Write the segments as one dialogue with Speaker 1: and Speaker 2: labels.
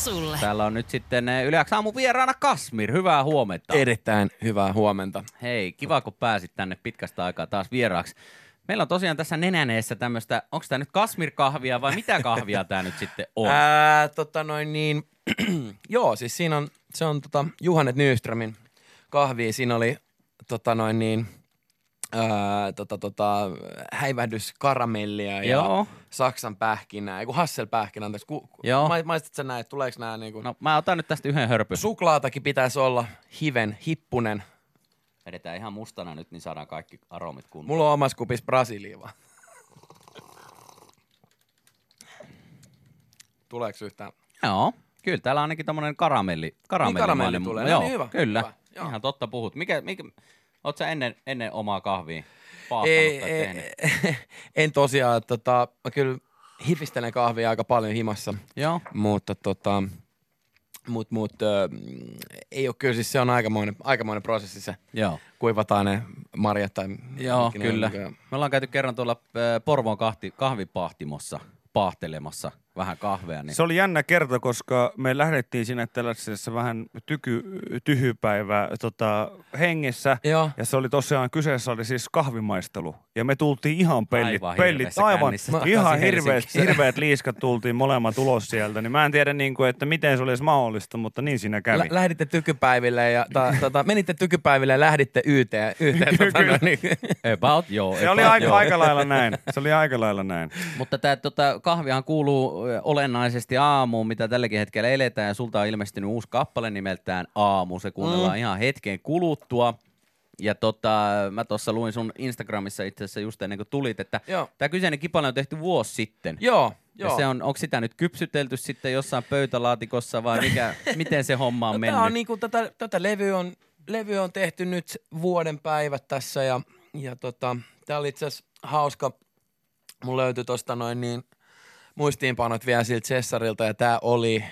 Speaker 1: sulle.
Speaker 2: Täällä on nyt sitten Yle Aamun vieraana Kasmir. Hyvää huomenta.
Speaker 3: Erittäin hyvää huomenta.
Speaker 2: Hei, kiva kun pääsit tänne pitkästä aikaa taas vieraaksi. Meillä on tosiaan tässä nenäneessä tämmöistä, onko tämä nyt Kasmir-kahvia vai mitä kahvia tämä nyt sitten on?
Speaker 3: Joo, siis se on Johannes Nyströmin kahvia. Siinä oli häivähdyskaramellia ja Saksan pähkinää, eiku Hasselpähkinää. Maistat sä näin, tuleeko nää niinku...
Speaker 2: No mä otan nyt tästä yhden hörpyn.
Speaker 3: Suklaatakin pitäisi olla hippunen.
Speaker 2: Vedetään ihan mustana nyt, niin saadaan kaikki aromit kuntoon.
Speaker 3: Mulla on omassa kupissa Brasiliaa. Tuleeko yhtään?
Speaker 2: Joo, kyllä täällä ainakin tommonen karamelli
Speaker 3: tulee,
Speaker 2: Joo,
Speaker 3: niin hyvä.
Speaker 2: Kyllä,
Speaker 3: hyvä, joo.
Speaker 2: Ihan totta puhut. Oot sä ennen omaa kahvia paastanut tai tehnyt?
Speaker 3: En tosiaan, mä kyllä hifistelen kahvia aika paljon himassa.
Speaker 2: Joo.
Speaker 3: Mutta ei ole kyllä, siis se on aikamoinen prosessi se.
Speaker 2: Joo.
Speaker 3: Kuivataan ne marjat tai...
Speaker 2: Joo, kyllä. Me ollaan käyty kerran tuolla Porvoon kahvipahtimossa paahtelemassa vähän kahvea. Niin...
Speaker 4: Se oli jännä kerta, koska me lähdettiin sinne tällaisessa vähän tyhypäivä hengessä.
Speaker 2: Joo.
Speaker 4: Ja se oli tosiaan, kyseessä oli siis kahvimaistelu. Ja me tultiin ihan aivan ihan hirveät liiskat tultiin molemmat ulos sieltä. Niin mä en tiedä, että miten se olisi mahdollista, mutta niin siinä kävi.
Speaker 3: Lähditte tykypäiville ja menitte tykypäiville ja lähditte yhteen.
Speaker 2: About, joo.
Speaker 4: Se oli aika lailla näin.
Speaker 2: Mutta tämä kahvihan kuuluu olennaisesti aamuun, mitä tälläkin hetkellä eletään, ja sulta on ilmestynyt uusi kappale nimeltään Aamu. Se kuunnellaan ihan hetken kuluttua. Ja mä tuossa luin sun Instagramissa itse asiassa just ennen kuin tulit, että tämä kyseinen kipale on tehty vuosi sitten.
Speaker 3: Joo.
Speaker 2: Ja onko sitä nyt kypsytelty sitten jossain pöytälaatikossa vai miten se homma on mennyt?
Speaker 3: Tämä on niinku, tätä levyä on tehty nyt vuoden päivät tässä ja tää oli itse asiassa hauska. Mulla löytyi tosta muistiinpanot vielä siltä Cessarilta ja tää oli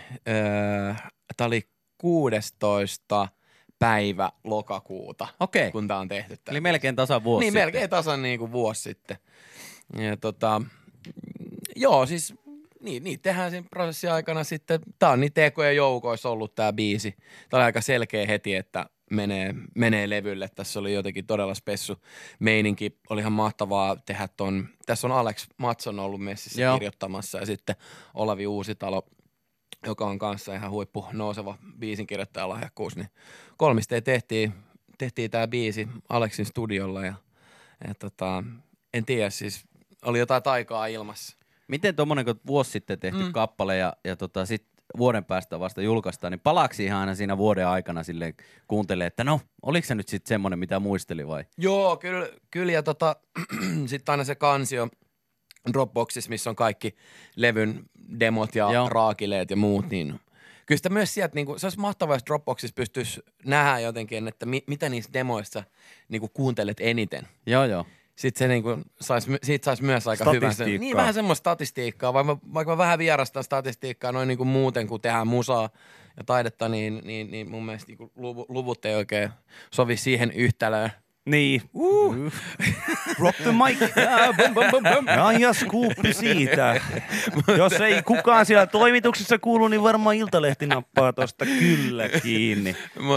Speaker 3: 16. päivä lokakuuta, kun tää on tehty.
Speaker 2: Eli melkein tasan vuosi
Speaker 3: sitten. Niin, melkein tasan niinku vuosi sitten. Ja joo, siis niin tehdään siinä prosessin aikana sitten. Tää on niitä tekojen joukoissa ollut tää biisi. Tää oli aika selkeä heti, että menee levylle. Tässä oli jotenkin todella spessu meininki. Oli ihan mahtavaa tehdä ton. Tässä on Alex Matson ollut messissä kirjoittamassa ja sitten Olavi Uusitalo, joka on kanssa ihan huippu nouseva biisinkirjoittajalahjakkuus. Niin kolmisteen tehtiin tää biisi Alexin studiolla ja en tiedä, siis oli jotain taikaa ilmassa.
Speaker 2: Miten tommonen, kun vuosi sitten tehty kappale ja sit vuoden päästä vasta julkaistaan, niin palaaksi ihan aina siinä vuoden aikana silleen kuuntelee, että no, oliko se nyt sitten semmoinen, mitä muisteli vai?
Speaker 3: Joo, kyllä ja sitten aina se kansio Dropboxissa, missä on kaikki levyn demot ja raakileet ja muut, niin kyllä sitä myös sieltä, niin se olisi mahtavaa, jos Dropboxissa pystyisi nähdä jotenkin, että mitä niissä demoissa niin kuuntelet eniten.
Speaker 2: Joo.
Speaker 3: Sitten se siitä saisi myös aika hyvä. Niin vähän semmoista statistiikkaa, vaikka mä vähän vierastan statistiikkaa noin niin muuten, kun tehdään musaa ja taidetta, niin mun mielestä niin luvut ei oikein sovi siihen yhtälöön.
Speaker 4: Niin. Drop the mic. Ja skuuppi siitä. Jos ei kukaan siellä toimituksessa kuulu, niin varmaan Iltalehti nappaa tosta kyllä kiinni.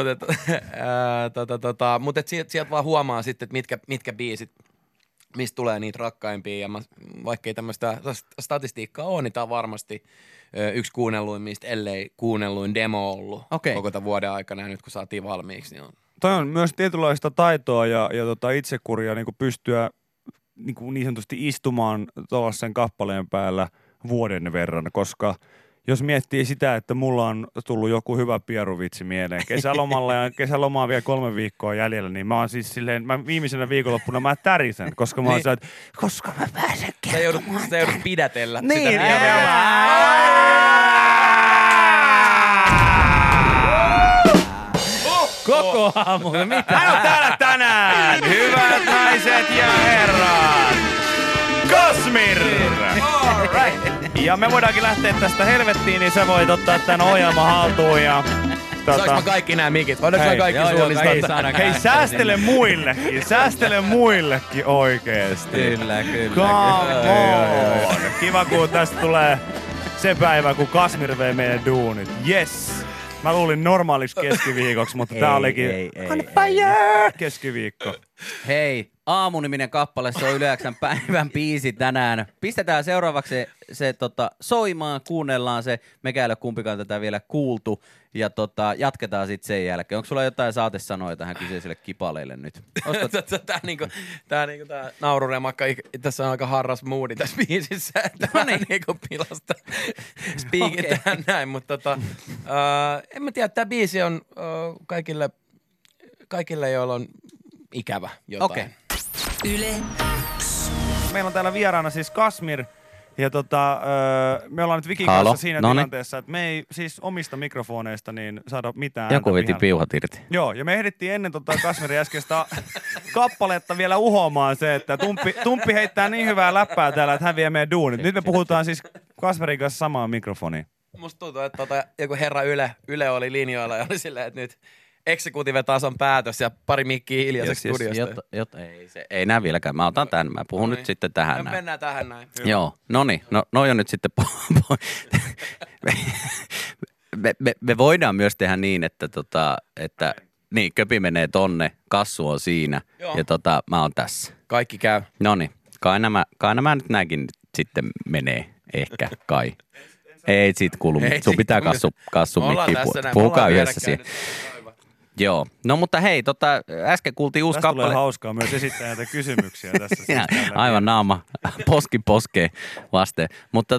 Speaker 3: Mutta sieltä vaan huomaa sitten, että mitkä biisit, mistä tulee niitä rakkaimpia. Ja vaikka ei tämmöistä statistiikkaa ole, niin tämä on varmasti yksi kuunnelluimmista, ellei kuunnelluin demo ollut koko tämän vuoden aikana. Ja nyt kun saatiin valmiiksi, niin on.
Speaker 4: Toi on myös tietynlaista taitoa ja itsekuria niin pystyä niin sanotusti istumaan tuollaisen kappaleen päällä vuoden verran, koska jos miettii sitä, että mulla on tullut joku hyvä pieruvitsi mieleen kesälomalla ja kesälomaa vielä 3 viikkoa jäljellä, niin mä oon siis silleen, viimeisenä viikonloppuna mä tärisen, koska mä oon niin. Että koska mä pääsen kertomaan.
Speaker 3: Sä joudut pidätellä
Speaker 4: niin,
Speaker 3: sitä
Speaker 2: Koko aamu. Mitä?
Speaker 4: Hän on täällä tänään, hyvät naiset ja herrat, Kasmir! Right. Ja me voidaankin lähteä tästä helvettiin, niin sä voit ottaa tän ohjelman haltuun ja...
Speaker 3: Saanko mä kaikki nämä mikit? Voidaanko mä kaikki suunnistaa?
Speaker 4: Hei, säästele muillekin oikeesti.
Speaker 2: Kyllä.
Speaker 4: Come on. Kiva, kun tästä tulee se päivä, kun Kasmir vei meidän duunit. Yes! Mä luulin normaaliksi keskiviikoksi, mutta tää olikin keskiviikko.
Speaker 2: Hei, Aamu-niminen kappale, se on Yle X:n päivän biisi tänään. Pistetään seuraavaksi se soimaan, kuunnellaan se. Mekään ei ole kumpikaan tätä vielä kuultu ja jatketaan sitten sen jälkeen. Onko sulla jotain saatesanoja tähän kyseiselle kipaleille nyt?
Speaker 3: Tää naururemakka, tässä on aika harras moodi tässä biisissä. Tää niinku pilasta speakit tähän näin, mutta en mä tiedä, tää biisi on kaikille, joilla on ikävä jotain.
Speaker 2: Okei.
Speaker 1: Yle
Speaker 4: Meillä on täällä vieraana siis Kasmir. Ja me ollaan nyt Vikin
Speaker 2: Halo.
Speaker 4: kanssa siinä
Speaker 2: Noniin.
Speaker 4: tilanteessa, että me ei siis omista mikrofoneista niin saada mitään
Speaker 2: Joku
Speaker 4: ääntä
Speaker 2: veti
Speaker 4: pihalle.
Speaker 2: piuhat irti.
Speaker 4: Joo, ja me ehdittiin ennen Kasmirin äskeistä kappaletta vielä uhomaan se, että Tumppi heittää niin hyvää läppää täällä, että hän vie meidän duunit. Nyt me puhutaan siis Kasmirin kanssa samaan mikrofoniin.
Speaker 3: Musta tuntuu, että joku herra Yle oli linjoilla ja oli silleen, että nyt executive tason päätös ja pari mikkiä hiljaiseksi studiosta.
Speaker 2: Ei näe vieläkään. Mä otan tän. Mä puhun nyt sitten tähän näin.
Speaker 3: Mennään tähän näin.
Speaker 2: Joo, noniin. Noi on nyt sitten me voidaan myös tehdä niin, että niin, köpi menee tonne, kassu on siinä
Speaker 3: Joo.
Speaker 2: ja mä oon tässä.
Speaker 3: Kaikki käy.
Speaker 2: Noniin, kai nämä nyt näinkin sitten menee, ehkä, kai. Ei sit kuulu, sun pitää kassu mikkiin. Puhukaa yhdessä siihen. Joo, no mutta hei, äsken kuultiin uusi
Speaker 4: Tästä
Speaker 2: kappale.
Speaker 4: tulee hauskaa myös esittää näitä kysymyksiä tässä. Siis
Speaker 2: Aivan naama, poskeen vasten. Mutta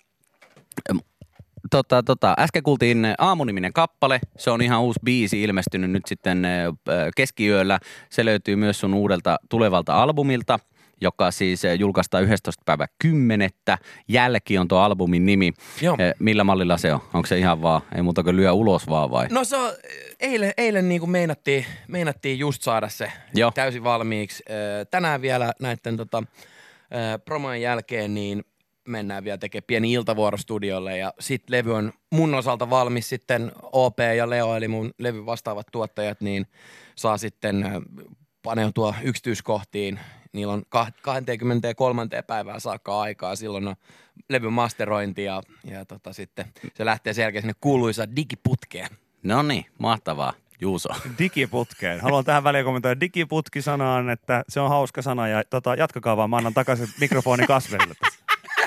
Speaker 2: äsken kuultiin Aamu-niminen kappale. Se on ihan uusi biisi ilmestynyt nyt sitten keskiyöllä. Se löytyy myös sun uudelta tulevalta albumilta, joka siis julkaistaan 11.10. Jälki on tuo albumin nimi.
Speaker 3: Joo.
Speaker 2: Millä mallilla se on? Onko se ihan vaan, ei muuta kuin lyö ulos vaan vai?
Speaker 3: No se on, eilen niin kuin meinattiin just saada se
Speaker 2: Joo.
Speaker 3: täysin valmiiksi. Tänään vielä näiden promojen jälkeen niin mennään vielä tekemään pieni iltavuoro studiolle ja sit levy on mun osalta valmis sitten OP ja Leo eli mun levy vastaavat tuottajat niin saa sitten paneutua yksityiskohtiin. Niillä on 23. päivää saakka aikaa. Silloin on levyn masterointi ja sitten se lähtee sen jälkeen sinne kuuluisa digiputkeen.
Speaker 2: No niin, mahtavaa. Juuso.
Speaker 4: Digiputkeen. Haluan tähän väliin kommentoida digiputki-sanaan, että se on hauska sana ja jatkakaa vaan. Mä annan takaisin mikrofonin Kasverille tässä.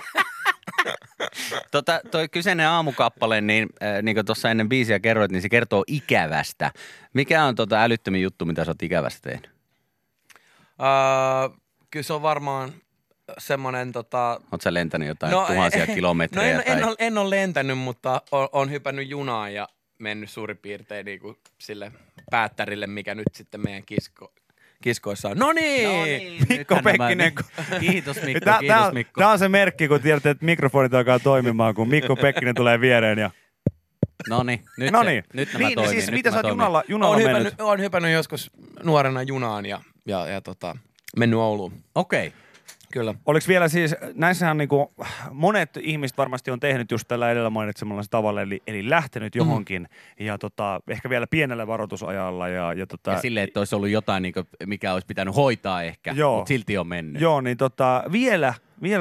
Speaker 2: Toi kyseinen aamukappale, niin kuin tuossa ennen biisiä kerroit, niin se kertoo ikävästä. Mikä on älyttömin juttu, mitä sä oot ikävästä tehnyt?
Speaker 3: Kyllä se on varmaan semmoinen
Speaker 2: Oot sä lentänyt jotain tuhansia kilometrejä?
Speaker 3: En ole lentänyt, mutta on hypännyt junaan ja mennyt suurin piirtein niin kuin sille päättärille, mikä nyt sitten meidän kiskoissa on. Noniin!
Speaker 4: Mikko Pekkinen.
Speaker 2: Kiitos Mikko, Mikko.
Speaker 4: Tämä on se merkki, kun tiedätte, että mikrofonit alkaa toimimaan, kun Mikko Pekkinen tulee viereen ja...
Speaker 2: Noniin, nyt nämä
Speaker 4: niin,
Speaker 2: toimii.
Speaker 4: siis
Speaker 2: nyt
Speaker 4: mitä sä
Speaker 2: nämä
Speaker 4: oot junalla mennyt?
Speaker 3: Olen hypännyt joskus nuorena junaan ja mennyt Ouluun.
Speaker 2: Okei.
Speaker 3: Kyllä.
Speaker 4: Oliko vielä siis, näissähän niinku, monet ihmiset varmasti on tehnyt just tällä edellä mainitsemalla tavalla, eli lähtenyt johonkin ja ehkä vielä pienellä varoitusajalla. Ja
Speaker 2: silleen, että olisi ollut jotain, niin kuin, mikä olisi pitänyt hoitaa ehkä, mutta silti on mennyt.
Speaker 4: Joo, niin vielä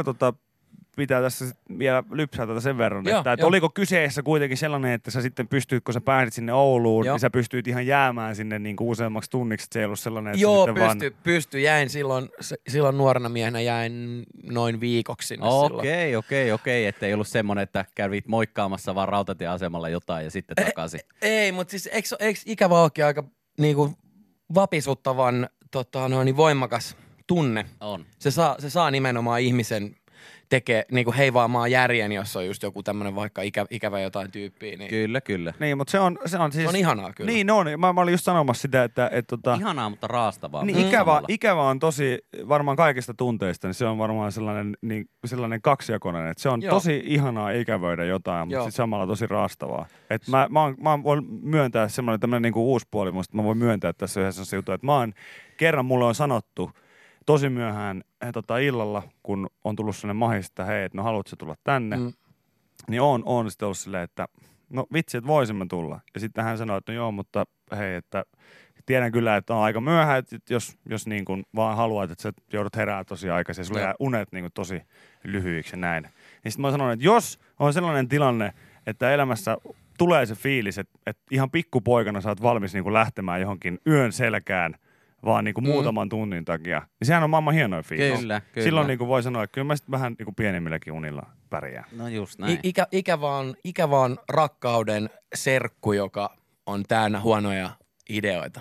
Speaker 4: pitää tässä vielä lypsää tätä sen verran, että oliko kyseessä kuitenkin sellainen, että sä sitten pystyit, kun sä pääsit sinne Ouluun, niin sä pystyit ihan jäämään sinne niin kuin useammaksi tunniksi, että se ei ollut sellainen, että
Speaker 3: pysty. Jäin silloin nuorena miehenä jäin noin viikoksi sinne
Speaker 2: Okei, että ei ollut semmoinen, että kävit moikkaamassa vaan rautatieasemalla jotain ja sitten takaisin.
Speaker 3: Ei, mutta siis eikö ikävä olekin aika niinku vapisuttavan niin voimakas tunne?
Speaker 2: On.
Speaker 3: Se saa nimenomaan ihmisen tekee niinku heivaamaan järjen, jos on just joku tämmönen vaikka ikävä jotain tyyppiä. Niin.
Speaker 2: Kyllä.
Speaker 4: Niin, mutta se on siis...
Speaker 3: Se on ihanaa kyllä.
Speaker 4: Niin on. Mä olin just sanomassa sitä, että
Speaker 2: ihanaa, mutta raastavaa.
Speaker 4: Niin, ikävä on tosi, varmaan kaikista tunteista, niin se on varmaan sellainen kaksijakoinen, että se on tosi ihanaa ikävöidä jotain, mutta sitten samalla tosi raastavaa. Että mä voin myöntää semmoinen tämmöinen niinku uusi puoli, musta mä voin myöntää tässä yhdessä se juttu, että kerran mulle on sanottu, tosi myöhään illalla, kun on tullut sellainen mahis, että hei, että no haluatko tulla tänne, niin on sitten ollut silleen, että no vitsi, että voisimme tulla. Ja sitten hän sanoi, että no joo, mutta hei, että tiedän kyllä, että on aika myöhään, että jos niin kuin vaan haluat, että sä joudut herää tosi aikaisin ja sulla jää unet niin kuin tosi lyhyiksi ja näin. Niin sitten mä sanon, että jos on sellainen tilanne, että elämässä tulee se fiilis, että ihan pikkupoikana sä oot valmis niin kuin lähtemään johonkin yön selkään vaan niin kuin muutaman tunnin takia, niin sehän on maailman hienoin fiilis.
Speaker 2: Kyllä.
Speaker 4: Silloin niin kuin voi sanoa, että kyllä mä sitten vähän niin kuin pienemmilläkin unilla pärjää.
Speaker 2: No just näin.
Speaker 3: Ikä vaan rakkauden serkku, joka on täynnä huonoja ideoita.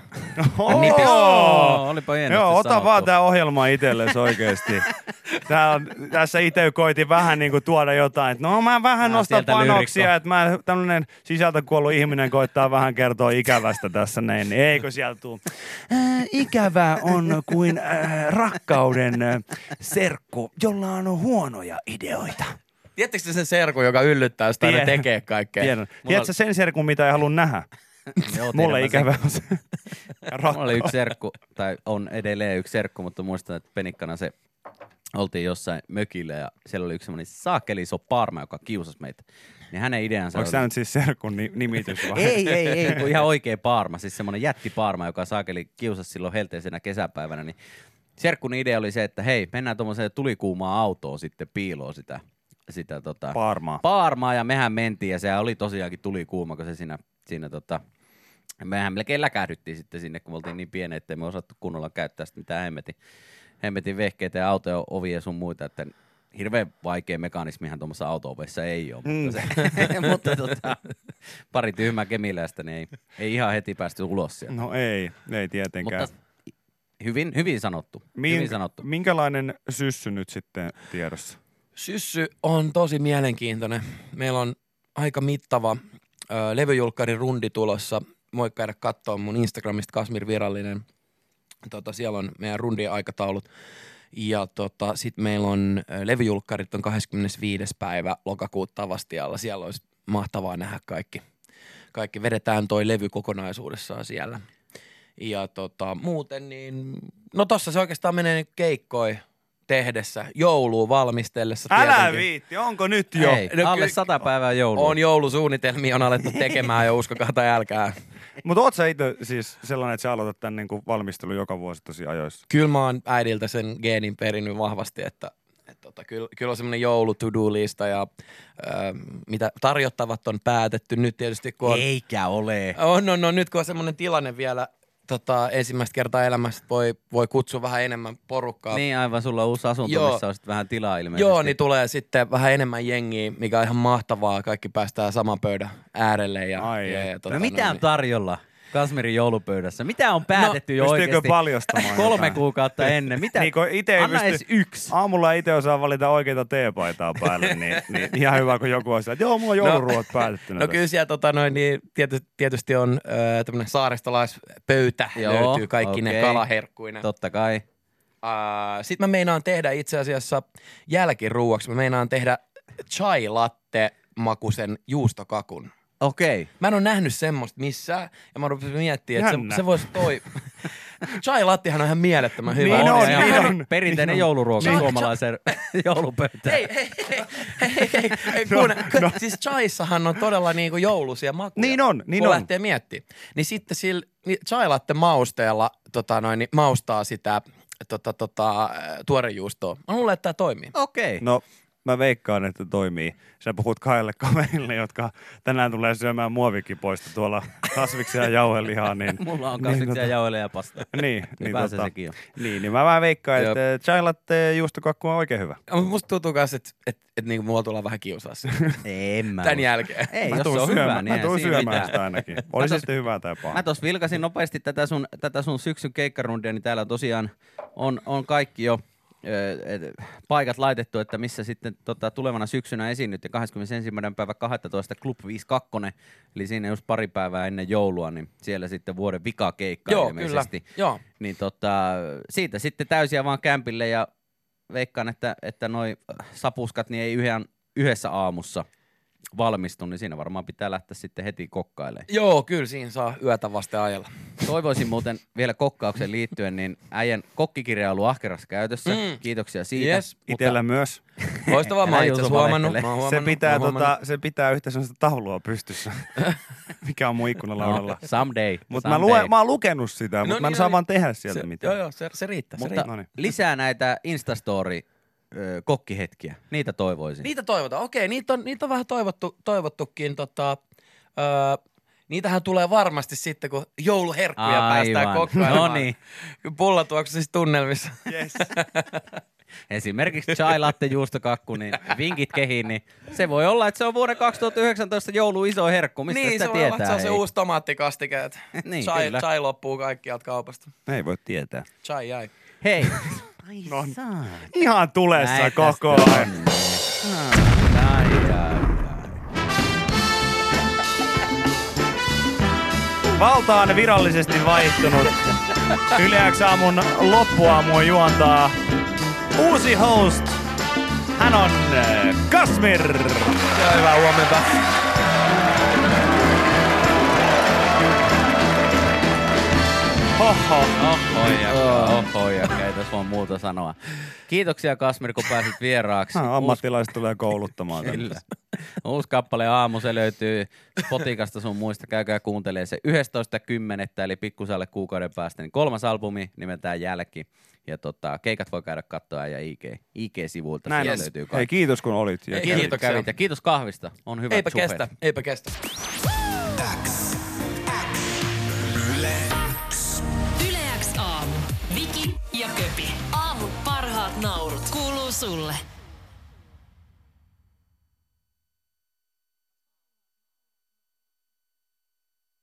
Speaker 2: Olipa hienosti
Speaker 4: Joo, ota
Speaker 2: sanottu.
Speaker 4: vaan tää ohjelma itsellesi oikeesti. Tässä itse koitin vähän niinku tuoda jotain, että no mä vähän nostan
Speaker 2: sieltä
Speaker 4: panoksia,
Speaker 2: lyrikko.
Speaker 4: että mä tämmönen sisältä kuollut ihminen koittaa vähän kertoa ikävästä tässä näin. Niin eikö sieltä tuu? Ikävä on kuin rakkauden serkku, jolla on huonoja ideoita.
Speaker 3: Tiedättekö te sen serkun, joka yllyttää, jos aina
Speaker 4: Tiedän.
Speaker 3: tekee kaikkea?
Speaker 4: Tiedän. Tiedätkö sen serkun, mitä ei halua nähdä?
Speaker 2: Joo,
Speaker 4: Mulle
Speaker 2: tiedän mä
Speaker 4: ikävä on se.
Speaker 2: Mulla oli yksi serkku, tai on edelleen yksi serkku, mutta muistan, että penikkana se oltiin jossain mökillä ja siellä oli yksi semmoinen saakeli iso paarma, joka kiusasi meitä. Niin hänen ideansa
Speaker 4: Onko tämä nyt siis serkun nimitys vai?
Speaker 2: Ei, kun ihan oikea paarma, siis semmoinen jättipaarma, joka saakeli kiusasi silloin helteisenä kesäpäivänä. Niin serkkun idea oli se, että hei, mennään tuommoiseen tulikuumaan autoon sitten piiloon sitä paarmaa ja mehän mentiin ja se oli tosiaankin tulikuuma, kun se siinä mehän melkein läkähdyttiin sitten sinne, kun me oltiin niin pieniä, ettei me osattu kunnolla käyttää sitä mitään hemmetin vehkeitä ja autojen ovia sun muita, että hirveän vaikea mekanismihan tuommoisessa auto-ovessa ei ole, mutta, mutta pari tyhmää kemiläistä, niin ei ihan heti päästy ulos sieltä.
Speaker 4: No ei tietenkään.
Speaker 2: Mutta hyvin sanottu. Hyvin sanottu.
Speaker 4: Minkälainen syssy nyt sitten tiedossa?
Speaker 3: Syssy on tosi mielenkiintoinen. Meillä on aika mittava levyjulkkarin rundi tulossa. Voi käydä katsoa mun Instagramista Kasmir Virallinen. Siellä on meidän rundien aikataulut. Ja sit meillä on levyjulkkarit on 25. päivä lokakuuta Tavastialla. Siellä olisi mahtavaa nähdä kaikki. Kaikki vedetään toi levy kokonaisuudessaan siellä. Ja muuten niin, no tossa se oikeastaan menee keikkoi tehdessä, joulua valmistellessa.
Speaker 4: Älä
Speaker 3: tietenkin.
Speaker 4: viitti, onko nyt jo?
Speaker 2: Ei, alle 100 päivää joulua.
Speaker 3: On joulusuunnitelmia, on alettu tekemään ja uskokaa tai älkää.
Speaker 4: Mutta oot sä itse siis sellainen, että sä aloitat tämän niinku valmistelun joka vuosi tosi ajoissa?
Speaker 3: Kyllä mä oon äidiltä sen geenin perinnyt vahvasti, että kyllä on semmoinen joulu-to-do-lista ja mitä tarjottavat on päätetty nyt tietysti, kun on...
Speaker 2: Eikä ole.
Speaker 3: On, nyt kun on semmoinen tilanne vielä ensimmäistä kertaa elämässä, voi kutsua vähän enemmän porukkaa.
Speaker 2: Niin aivan, sulla on uusi asunto,
Speaker 3: Joo.
Speaker 2: missä on sitten vähän tilaa ilmeisesti.
Speaker 3: Joo, niin tulee sitten vähän enemmän jengiä, mikä on ihan mahtavaa. Kaikki päästään saman pöydän äärelle.
Speaker 2: No mitä on tarjolla Kasmirin joulupöydässä? Mitä on päätetty jo
Speaker 4: pystyykö
Speaker 2: oikeasti
Speaker 4: paljastamaan
Speaker 2: 3
Speaker 4: jotain?
Speaker 2: kuukautta ennen? Mitä?
Speaker 4: Niin, kun ite ei
Speaker 2: Anna
Speaker 4: pysty-
Speaker 2: edes yksi.
Speaker 4: Aamulla itse osaa valita oikeita teepaitaa päälle, niin ihan hyvä, kun joku on sillä, että joo, mulla on jouluruot päätettynä.
Speaker 3: No kyllä siellä niin tietysti on tämmöinen saaristolaispöytä, löytyy kaikki ne kalaherkkuinen.
Speaker 2: Totta kai.
Speaker 3: Sitten mä meinaan tehdä itse asiassa jälkiruuaksi, mä meinaan tehdä chai latte makuisen juustokakun.
Speaker 2: Okei.
Speaker 3: Mä en ole nähnyt semmoista missään, ja mä rupesin miettimään, että
Speaker 4: Jännä.
Speaker 3: se voisi chai lattehan on ihan mielettömän hyvä.
Speaker 4: Niin on,
Speaker 2: ihan
Speaker 4: niin on.
Speaker 2: perinteinen
Speaker 4: Niin on.
Speaker 2: jouluruoka
Speaker 3: Niin.
Speaker 2: suomalaisen joulupöytään.
Speaker 3: Ei, siis chaissahan on todella niinku jouluisia makuja.
Speaker 4: Niin on, niin
Speaker 3: kun
Speaker 4: on.
Speaker 3: lähtee miettimään. Niin sitten sillä chai latte mausteella niin maustaa sitä tuorejuustoa. Mä luulen, että tää toimii.
Speaker 2: Okei.
Speaker 4: No, mä veikkaan, että toimii. Sä puhut kahdelle kaverille, jotka tänään tulee syömään muovikipoista tuolla kasviksia ja jauhelihaa. Niin,
Speaker 2: Mulla on kasviksia, jauhelia ja pasta.
Speaker 4: Niin,
Speaker 2: Pääsee sekin jo.
Speaker 4: niin mä vähän veikkaan, että chai latte juustokakku on oikein hyvä.
Speaker 3: Musta tuntuu kanssa, että niinku mulla tulee vähän kiusaa
Speaker 2: En mä
Speaker 3: tän
Speaker 2: usko.
Speaker 3: jälkeen.
Speaker 2: Ei,
Speaker 4: Mä
Speaker 2: jos se
Speaker 4: tuun
Speaker 2: on hyvä,
Speaker 4: syömään,
Speaker 2: niin
Speaker 4: mä tuun
Speaker 2: ei siinä
Speaker 4: syömään
Speaker 2: mitään.
Speaker 4: sitä ainakin. Oli se sitten hyvää tai paha.
Speaker 2: Mä tuossa vilkasin nopeasti tätä sun syksyn keikkarundia, niin täällä tosiaan on kaikki jo paikat laitettu, että missä sitten tulevana syksynä esiinnyt. Ja 21. päivä 12. Club 52, eli siinä just pari päivää ennen joulua, niin siellä sitten vuoden vikakeikka
Speaker 3: Joo,
Speaker 2: ilmeisesti.
Speaker 3: kyllä. Joo.
Speaker 2: Niin siitä sitten täysiä vaan kämpille ja veikkaan, että noi sapuskat niin ei yhdessä aamussa valmistu, niin siinä varmaan pitää lähteä sitten heti kokkailemaan.
Speaker 3: Joo, kyllä siinä saa yötä vasten ajella.
Speaker 2: Toivoisin muuten vielä kokkaukseen liittyen, niin äijän kokkikirja on ollut ahkerassa käytössä. Kiitoksia siitä.
Speaker 3: Yes.
Speaker 4: Itellä myös.
Speaker 3: Loistavaa, mä oon
Speaker 2: Älä
Speaker 3: itse asiassa
Speaker 2: Juuso
Speaker 3: huomannut.
Speaker 2: valehtele.
Speaker 3: Mä oon huomannut.
Speaker 4: Se pitää yhtä sellaista taulua pystyssä, mikä on mun ikkunalaudalla.
Speaker 2: No, someday.
Speaker 4: Mutta
Speaker 2: someday.
Speaker 4: mä oon lukenut sitä, mutta mä en saa vaan tehdä sieltä mitään.
Speaker 3: Joo, se riittää.
Speaker 2: Mutta
Speaker 4: Noniin.
Speaker 2: lisää näitä Instastory kokkihetkiä. Niitä toivoisin.
Speaker 3: Niitä toivotaan. Okei, niitä on vähän toivottukin. Niitähän tulee varmasti sitten, kun jouluherkkuja päästään kokoamaan.
Speaker 2: No niin.
Speaker 3: Pullatuoksuisissa tunnelmissa.
Speaker 4: Yes.
Speaker 2: Esimerkiksi chai latte juustokakku, niin vinkit kehiin, niin se voi olla, että se on vuoden 2019 joulu iso herkku. Mistä
Speaker 3: Niin,
Speaker 2: sitä
Speaker 3: se voi olla,
Speaker 2: tietää?
Speaker 3: että se on se uusi tomaattikastike, että
Speaker 2: Niin,
Speaker 3: chai loppuu kaikkialta kaupasta.
Speaker 4: Ei voi tietää.
Speaker 3: Chai jäi.
Speaker 2: Hei.
Speaker 4: No, ihan tulessa
Speaker 2: Näitä
Speaker 4: koko
Speaker 2: sitä
Speaker 4: ajan. Valta on virallisesti vaihtunut. Yle X aamun loppuaamua juontaa uusi host. Hän on Kasmir.
Speaker 3: Ja hyvää huomenta.
Speaker 2: Oho, ei tässä voi muuta sanoa. Kiitoksia Kasmir, kun pääsit vieraaksi.
Speaker 4: Ammattilaiset tulee kouluttamaan.
Speaker 2: Kyllä. Uusi kappale Aamu, se löytyy Spotikasta sun muista. Käykää kuuntelee se 11.10. eli pikkusalle kuukauden päästä. Niin 3. albumi nimeltään Jälki. Ja keikat voi käydä katsoa ja IG-sivuilta.
Speaker 4: Näin
Speaker 2: Siellä
Speaker 4: on.
Speaker 2: löytyy kaikki.
Speaker 4: Hei, kiitos kun olit. Ja
Speaker 3: Kiitoksia.
Speaker 2: Kävit ja kiitos kahvista. On hyvä
Speaker 3: Eipä kestä.
Speaker 1: Yle X aamu. Viki ja Köpi. Aamun parhaat naurut kuuluu sulle.